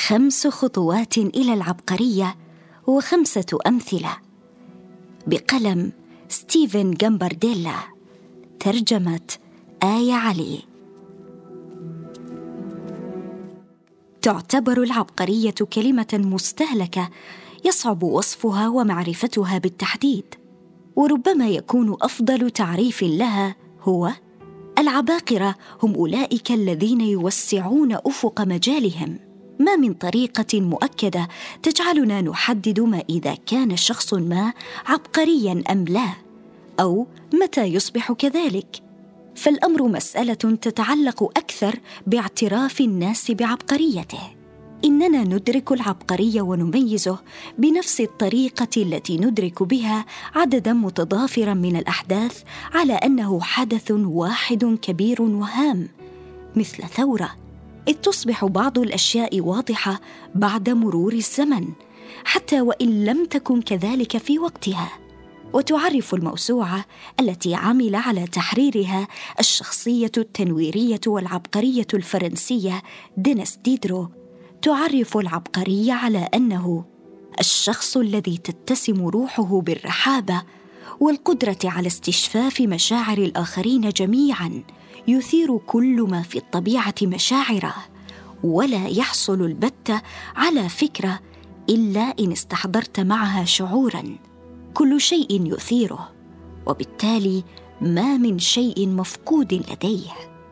5 خطوات إلى العبقرية و5 أمثلة، بقلم ستيفن جامبارديلا، ترجمة آية علي. تعتبر العبقرية كلمة مستهلكة يصعب وصفها ومعرفتها بالتحديد، وربما يكون أفضل تعريف لها هو: العباقرة هم أولئك الذين يوسعون أفق مجالهم. ما من طريقة مؤكدة تجعلنا نحدد ما إذا كان شخص ما عبقرياً أم لا، أو متى يصبح كذلك، فالأمر مسألة تتعلق أكثر باعتراف الناس بعبقريته. إننا ندرك العبقري ونميزه بنفس الطريقة التي ندرك بها عدداً متضافراً من الأحداث على أنه حدث واحد كبير وهام، مثل ثورة، إذ تصبح بعض الأشياء واضحة بعد مرور الزمن حتى وإن لم تكن كذلك في وقتها. وتعرف الموسوعة التي عمل على تحريرها الشخصية التنويرية والعبقرية الفرنسية دينيس ديدرو، تعرف العبقري على أنه الشخص الذي تتسم روحه بالرحابة والقدرة على استشفاف مشاعر الآخرين جميعاً، يثير كل ما في الطبيعة مشاعره، ولا يحصل البتة على فكرة إلا إن استحضرت معها شعوراً. كل شيء يثيره، وبالتالي ما من شيء مفقود لديه.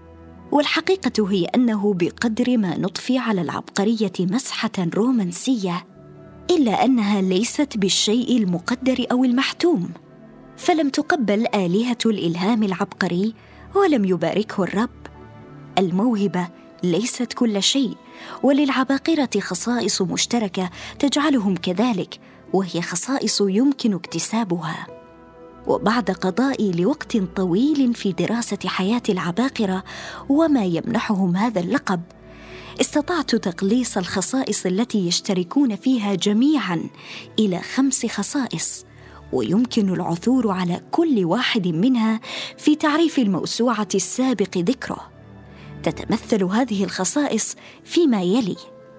والحقيقة هي أنه بقدر ما نضفي على العبقرية مسحة رومانسية، إلا أنها ليست بالشيء المقدر أو المحتوم، فلم تقبل آلهة الإلهام العبقري ولم يباركه الرب. الموهبة ليست كل شيء، وللعباقرة خصائص مشتركة تجعلهم كذلك، وهي خصائص يمكن اكتسابها. وبعد قضائي لوقت طويل في دراسة حياة العباقرة وما يمنحهم هذا اللقب، استطعت تقليص الخصائص التي يشتركون فيها جميعاً إلى 5 خصائص، ويمكن العثور على كل واحد منها في تعريف الموسوعة السابق ذكره. تتمثل هذه الخصائص فيما يلي: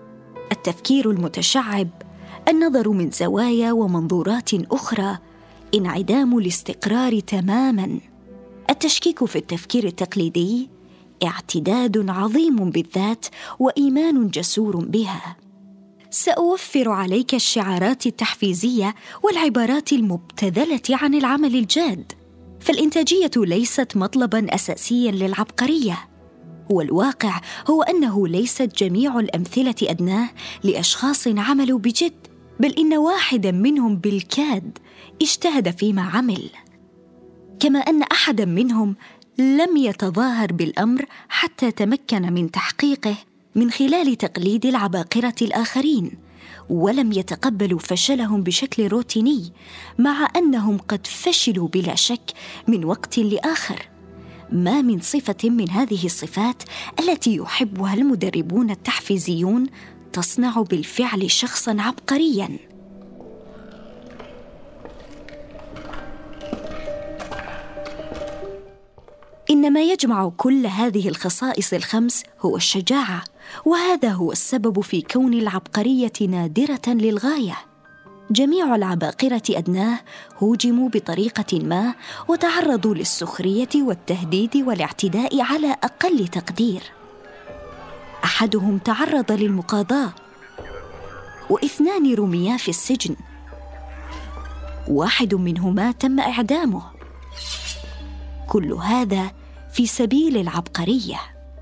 التفكير المتشعب، النظر من زوايا ومنظورات أخرى، انعدام الاستقرار تماماً، التشكيك في التفكير التقليدي، اعتداد عظيم بالذات وإيمان جسور بها. سأوفر عليك الشعارات التحفيزية والعبارات المبتذلة عن العمل الجاد، فالإنتاجية ليست مطلباً أساسياً للعبقرية. والواقع هو أنه ليست جميع الأمثلة أدناه لأشخاص عملوا بجد، بل إن واحداً منهم بالكاد اجتهد فيما عمل، كما أن أحداً منهم لم يتظاهر بالأمر حتى تمكن من تحقيقه من خلال تقليد العباقرة الآخرين، ولم يتقبلوا فشلهم بشكل روتيني، مع أنهم قد فشلوا بلا شك من وقت لآخر. ما من صفة من هذه الصفات التي يحبها المدربون التحفيزيون تصنع بالفعل شخصاً عبقرياً. إنما يجمع كل هذه الخصائص ال5 هو الشجاعة، وهذا هو السبب في كون العبقرية نادرة للغاية. جميع العباقرة أدناه هوجموا بطريقة ما وتعرضوا للسخرية والتهديد والاعتداء على أقل تقدير. أحدهم تعرض للمقاضاة، و2 رميا في السجن، واحد منهما تم إعدامه. كل هذا في سبيل العبقرية.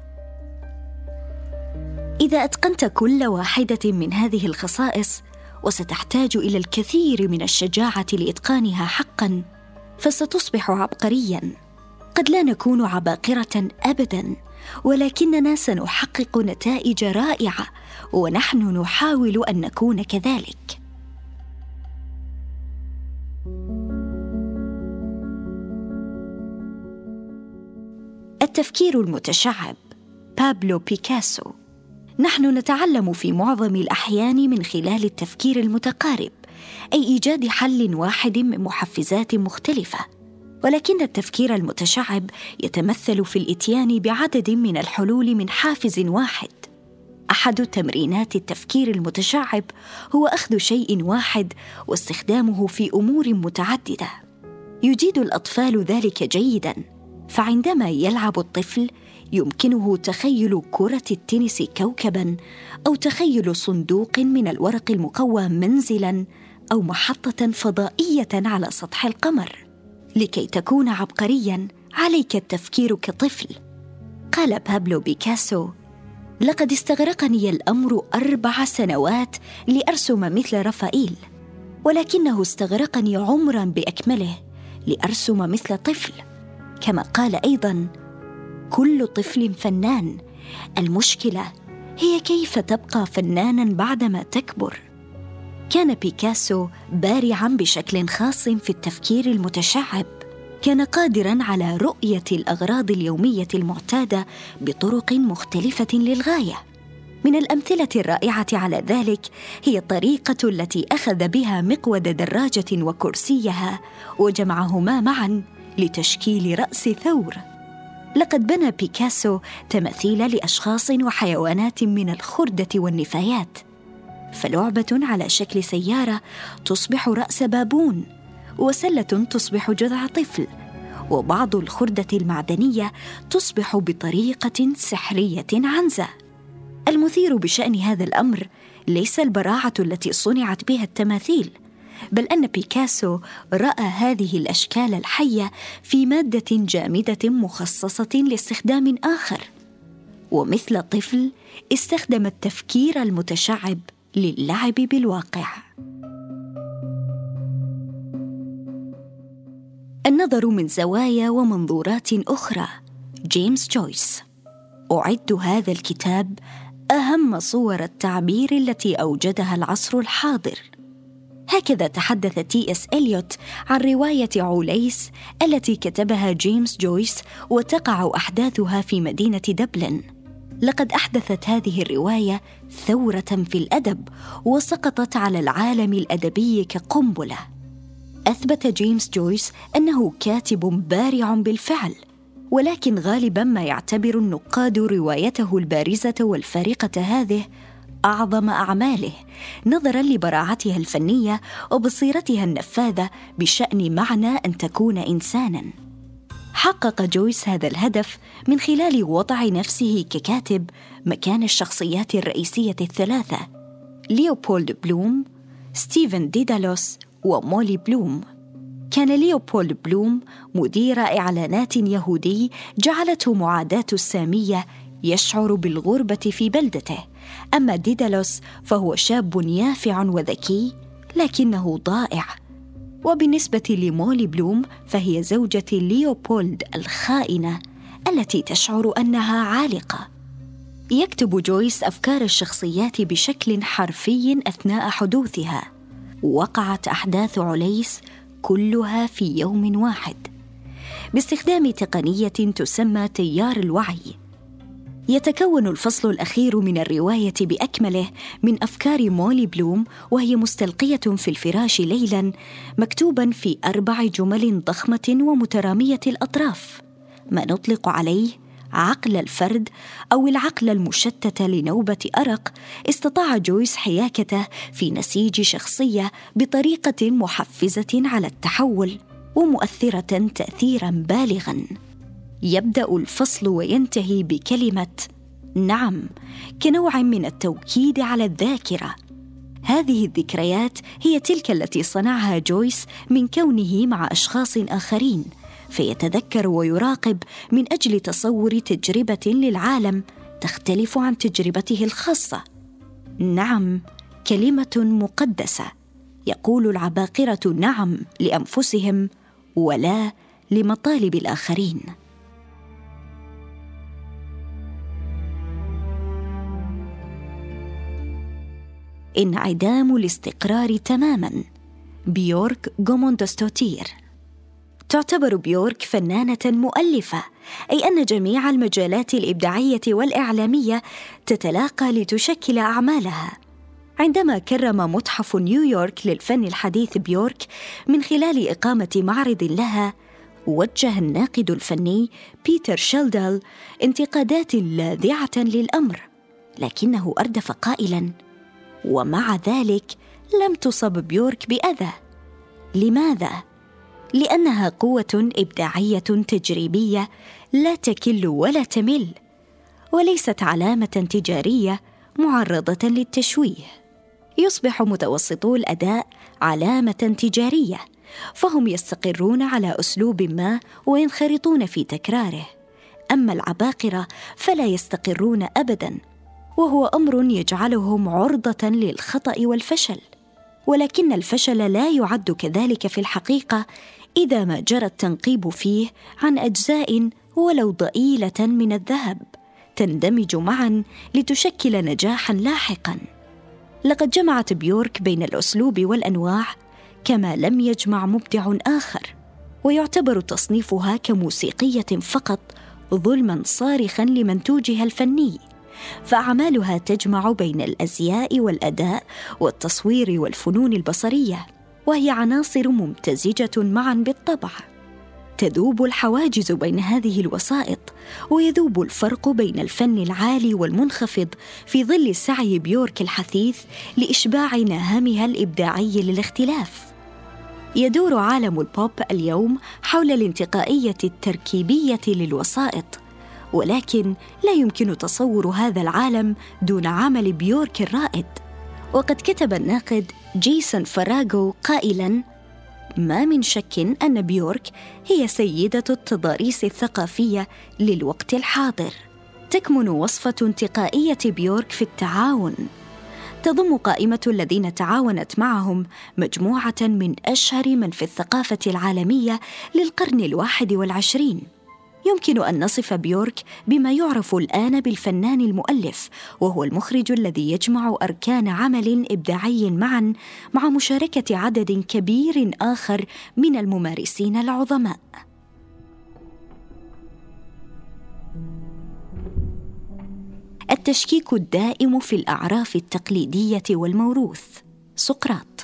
إذا أتقنت كل واحدة من هذه الخصائص، وستحتاج إلى الكثير من الشجاعة لإتقانها حقاً، فستصبح عبقرياً. قد لا نكون عباقرة أبداً، ولكننا سنحقق نتائج رائعة، ونحن نحاول أن نكون كذلك. التفكير المتشعب، بابلو بيكاسو. نحن نتعلم في معظم الأحيان من خلال التفكير المتقارب، أي إيجاد حل واحد من محفزات مختلفة، ولكن التفكير المتشعب يتمثل في الإتيان بعدد من الحلول من حافز واحد. أحد تمرينات التفكير المتشعب هو أخذ شيء واحد واستخدامه في أمور متعددة. يجيد الأطفال ذلك جيداً، فعندما يلعب الطفل يمكنه تخيل كرة التنس كوكباً، أو تخيل صندوق من الورق المقوى منزلاً، أو محطة فضائية على سطح القمر. لكي تكون عبقرياً عليك التفكير كطفل. قال بابلو بيكاسو: لقد استغرقني الأمر 4 سنوات لأرسم مثل رافائيل، ولكنه استغرقني عمراً بأكمله لأرسم مثل طفل. كما قال أيضاً: كل طفل فنان، المشكلة هي كيف تبقى فناناً بعدما تكبر. كان بيكاسو بارعاً بشكل خاص في التفكير المتشعب. كان قادراً على رؤية الأغراض اليومية المعتادة بطرق مختلفة للغاية. من الأمثلة الرائعة على ذلك هي الطريقة التي أخذ بها مقود دراجة وكرسيها وجمعهما معاً لتشكيل رأس ثور. لقد بنى بيكاسو تماثيل لأشخاص وحيوانات من الخردة والنفايات، فلعبة على شكل سيارة تصبح رأس بابون، وسلة تصبح جذع طفل، وبعض الخردة المعدنية تصبح بطريقة سحرية عنزة. المثير بشأن هذا الأمر ليس البراعة التي صنعت بها التماثيل، بل أن بيكاسو رأى هذه الأشكال الحية في مادة جامدة مخصصة لاستخدام آخر، ومثل الطفل استخدم التفكير المتشعب للعب بالواقع. النظر من زوايا ومنظورات أخرى. جيمس جويس. أعد هذا الكتاب أهم صور التعبير التي أوجدها العصر الحاضر. هكذا تحدث تي إس إليوت عن رواية عوليس التي كتبها جيمس جويس وتقع أحداثها في مدينة دبلن. لقد أحدثت هذه الرواية ثورة في الأدب وسقطت على العالم الأدبي كقنبلة. أثبت جيمس جويس أنه كاتب بارع بالفعل، ولكن غالباً ما يعتبر النقاد روايته البارزة والفارقة هذه أعظم أعماله، نظراً لبراعتها الفنية وبصيرتها النفاذة بشأن معنى أن تكون إنساناً. حقق جويس هذا الهدف من خلال وضع نفسه ككاتب مكان الشخصيات الرئيسية الثلاثة: ليوبولد بلوم، ستيفن ديدالوس، ومولي بلوم. كان ليوبولد بلوم مدير إعلانات يهودي جعلته معاداة السامية يشعر بالغربة في بلدته، أما ديدالوس فهو شاب يافع وذكي لكنه ضائع. وبالنسبة لمولي بلوم فهي زوجة ليوبولد الخائنة التي تشعر أنها عالقة. يكتب جويس أفكار الشخصيات بشكل حرفي أثناء حدوثها. وقعت أحداث عوليس كلها في يوم واحد باستخدام تقنية تسمى تيار الوعي. يتكون الفصل الأخير من الرواية بأكمله من أفكار مولي بلوم، وهي مستلقية في الفراش ليلاً، مكتوباً في 4 جمل ضخمة ومترامية الأطراف، ما نطلق عليه عقل الفرد أو العقل المشتت لنوبة أرق. استطاع جويس حياكته في نسيج شخصية بطريقة محفزة على التحول ومؤثرة تأثيراً بالغاً. يبدأ الفصل وينتهي بكلمة نعم، كنوع من التوكيد على الذاكرة. هذه الذكريات هي تلك التي صنعها جويس من كونه مع أشخاص آخرين، فيتذكر ويراقب من أجل تصور تجربة للعالم تختلف عن تجربته الخاصة. نعم، كلمة مقدسة. يقول العباقرة نعم لأنفسهم ولا لمطالب الآخرين. انعدام الاستقرار تماماً. بيورك غوموندوستوتير. تعتبر بيورك فنانة مؤلفة، أي أن جميع المجالات الإبداعية والإعلامية تتلاقى لتشكل أعمالها. عندما كرم متحف نيويورك للفن الحديث بيورك من خلال إقامة معرض لها، وجه الناقد الفني بيتر شيلدال انتقادات لاذعة للأمر، لكنه أردف قائلاً: ومع ذلك لم تصب بيورك بأذى. لماذا؟ لأنها قوة إبداعية تجريبية لا تكل ولا تمل، وليست علامة تجارية معرضة للتشويه. يصبح متوسطو الأداء علامة تجارية، فهم يستقرون على أسلوب ما وينخرطون في تكراره. أما العباقرة فلا يستقرون أبداً، وهو أمر يجعلهم عرضة للخطأ والفشل. ولكن الفشل لا يعد كذلك في الحقيقة إذا ما جرى التنقيب فيه عن أجزاء ولو ضئيلة من الذهب تندمج معاً لتشكل نجاحاً لاحقاً. لقد جمعت بيورك بين الأسلوب والأنواع كما لم يجمع مبدع آخر، ويعتبر تصنيفها كموسيقية فقط ظلماً صارخاً لمنتوجها الفني، فأعمالها تجمع بين الأزياء والأداء والتصوير والفنون البصرية، وهي عناصر ممتزجة معاً بالطبع. تذوب الحواجز بين هذه الوسائط، ويذوب الفرق بين الفن العالي والمنخفض في ظل سعي بيورك الحثيث لإشباع نهمها الإبداعي للاختلاف. يدور عالم البوب اليوم حول الانتقائية التركيبية للوسائط، ولكن لا يمكن تصور هذا العالم دون عمل بيورك الرائد. وقد كتب الناقد جيسون فراغو قائلاً: ما من شك أن بيورك هي سيدة التضاريس الثقافية للوقت الحاضر. تكمن وصفة انتقائية بيورك في التعاون. تضم قائمة الذين تعاونت معهم مجموعة من أشهر من في الثقافة العالمية للقرن 21. يمكن أن نصف بيورك بما يعرف الآن بالفنان المؤلف، وهو المخرج الذي يجمع أركان عمل إبداعي معاً مع مشاركة عدد كبير آخر من الممارسين العظماء. التشكيك الدائم في الأعراف التقليدية والموروث. سقراط: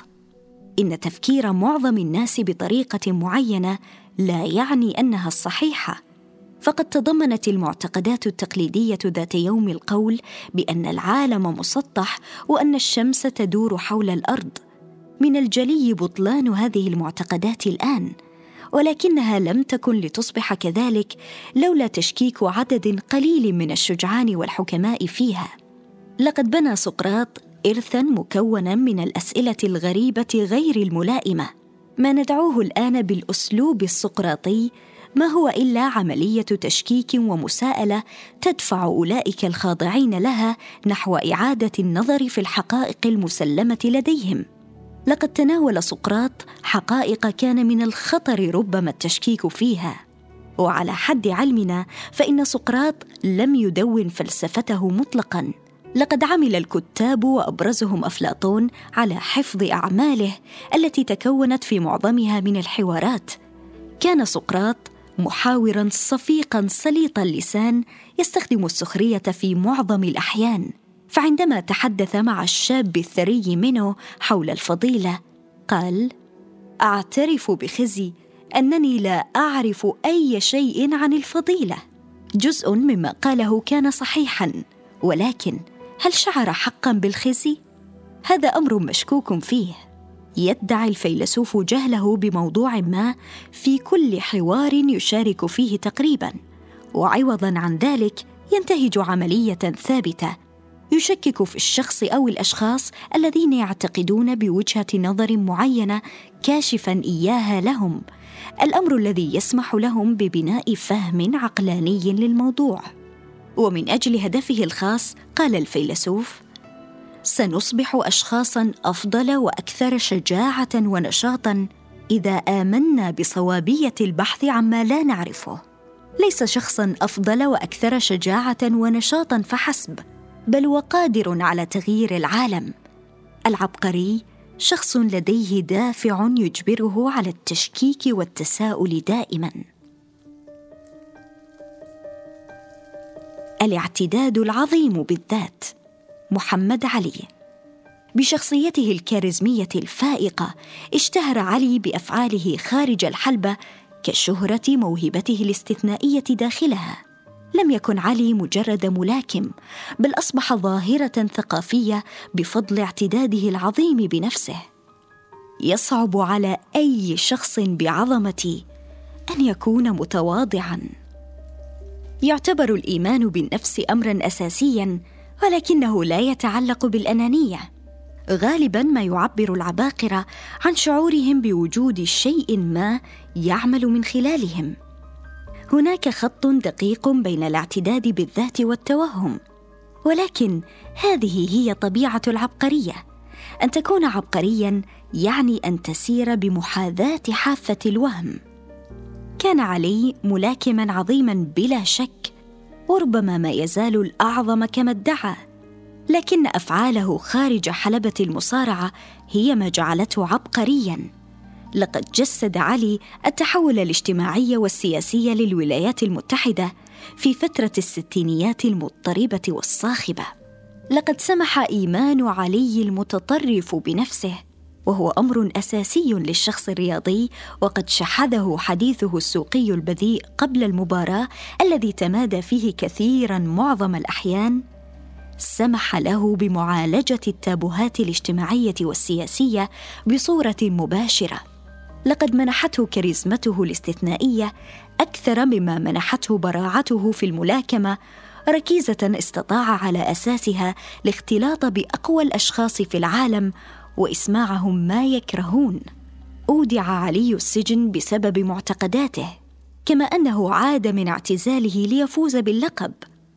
إن تفكير معظم الناس بطريقة معينة لا يعني أنها الصحيحة، فقد تضمنت المعتقدات التقليدية ذات يوم القول بأن العالم مسطح وأن الشمس تدور حول الأرض. من الجلي بطلان هذه المعتقدات الآن، ولكنها لم تكن لتصبح كذلك لولا تشكيك عدد قليل من الشجعان والحكماء فيها. لقد بنى سقراط إرثاً مكوناً من الأسئلة الغريبة غير الملائمة. ما ندعوه الآن بالأسلوب السقراطي ما هو إلا عملية تشكيك ومساءلة تدفع أولئك الخاضعين لها نحو إعادة النظر في الحقائق المسلمة لديهم. لقد تناول سقراط حقائق كان من الخطر ربما التشكيك فيها، وعلى حد علمنا فإن سقراط لم يدون فلسفته مطلقاً. لقد عمل الكتاب وأبرزهم أفلاطون على حفظ أعماله التي تكونت في معظمها من الحوارات. كان سقراط محاوراً صفيقاً سليط اللسان يستخدم السخرية في معظم الأحيان، فعندما تحدث مع الشاب الثري منه حول الفضيلة قال: أعترف بخزي أنني لا أعرف أي شيء عن الفضيلة. جزء مما قاله كان صحيحاً، ولكن هل شعر حقاً بالخزي؟ هذا أمر مشكوك فيه. يدعي الفيلسوف جهله بموضوع ما في كل حوار يشارك فيه تقريباً، وعوضاً عن ذلك ينتهج عملية ثابتة: يشكك في الشخص أو الأشخاص الذين يعتقدون بوجهة نظر معينة كاشفاً إياها لهم، الأمر الذي يسمح لهم ببناء فهم عقلاني للموضوع. ومن أجل هدفه الخاص قال الفيلسوف: سنصبح أشخاصاً أفضل وأكثر شجاعة ونشاطاً إذا آمنا بصوابية البحث عما لا نعرفه. ليس شخصاً أفضل وأكثر شجاعة ونشاطاً فحسب، بل وقادر على تغيير العالم. العبقري شخص لديه دافع يجبره على التشكيك والتساؤل دائماً. الاعتداد العظيم بالذات. محمد علي. بشخصيته الكاريزمية الفائقة اشتهر علي بأفعاله خارج الحلبة كشهرة موهبته الاستثنائية داخلها. لم يكن علي مجرد ملاكم، بل أصبح ظاهرة ثقافية بفضل اعتداده العظيم بنفسه. يصعب على أي شخص بعظمتي أن يكون متواضعاً. يعتبر الإيمان بالنفس أمراً أساسياً، ولكنه لا يتعلق بالأنانية. غالباً ما يعبر العباقرة عن شعورهم بوجود شيء ما يعمل من خلالهم. هناك خط دقيق بين الاعتداد بالذات والتوهم، ولكن هذه هي طبيعة العبقرية. أن تكون عبقرياً يعني أن تسير بمحاذاة حافة الوهم. كان علي ملاكماً عظيماً بلا شك، وربما ما يزال الأعظم كما ادعى، لكن أفعاله خارج حلبة المصارعة هي ما جعلته عبقرياً. لقد جسد علي التحول الاجتماعي والسياسي للولايات المتحدة في فترة الستينيات المضطربة والصاخبة. لقد سمح إيمان علي المتطرف بنفسه، وهو أمر أساسي للشخص الرياضي، وقد شحذه حديثه السوقي البذيء قبل المباراة الذي تمادى فيه كثيراً معظم الأحيان، سمح له بمعالجة التابوهات الاجتماعية والسياسية بصورة مباشرة. لقد منحته كاريزمته الاستثنائية أكثر مما منحته براعته في الملاكمة، ركيزة استطاع على أساسها الاختلاط بأقوى الأشخاص في العالم وإسماعهم ما يكرهون. أودع علي السجن بسبب معتقداته، كما أنه عاد من اعتزاله ليفوز باللقب،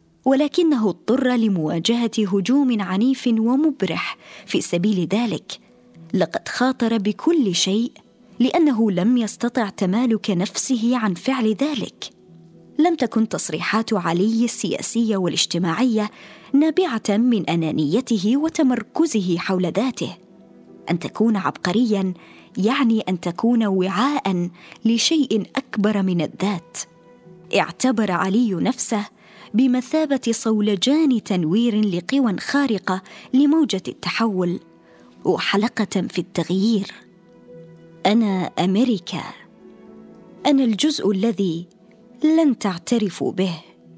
ولكنه اضطر لمواجهة هجوم عنيف ومبرح في سبيل ذلك. لقد خاطر بكل شيء لأنه لم يستطع تمالك نفسه عن فعل ذلك. لم تكن تصريحات علي السياسية والاجتماعية نابعة من أنانيته وتمركزه حول ذاته. أن تكون عبقرياً يعني أن تكون وعاءً لشيء أكبر من الذات. اعتبر علي نفسه بمثابة صولجان تنوير لقوى خارقة لموجة التحول وحلقة في التغيير. أنا أمريكا، أنا الجزء الذي لن تعترفوا به،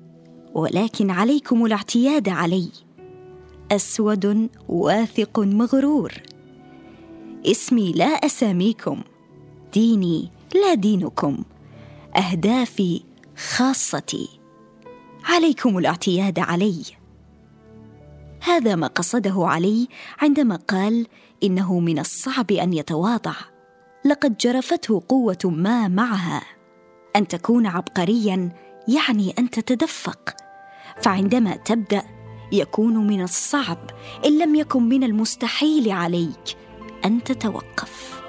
ولكن عليكم الاعتياد علي. أسود واثق مغرور، اسمي لا أساميكم، ديني لا دينكم، أهدافي خاصتي، عليكم الاعتياد علي. هذا ما قصده علي عندما قال إنه من الصعب أن يتواضع. لقد جرفته قوة ما معها. أن تكون عبقرياً يعني أن تتدفق، فعندما تبدأ يكون من الصعب إن لم يكن من المستحيل عليك أن تتوقف.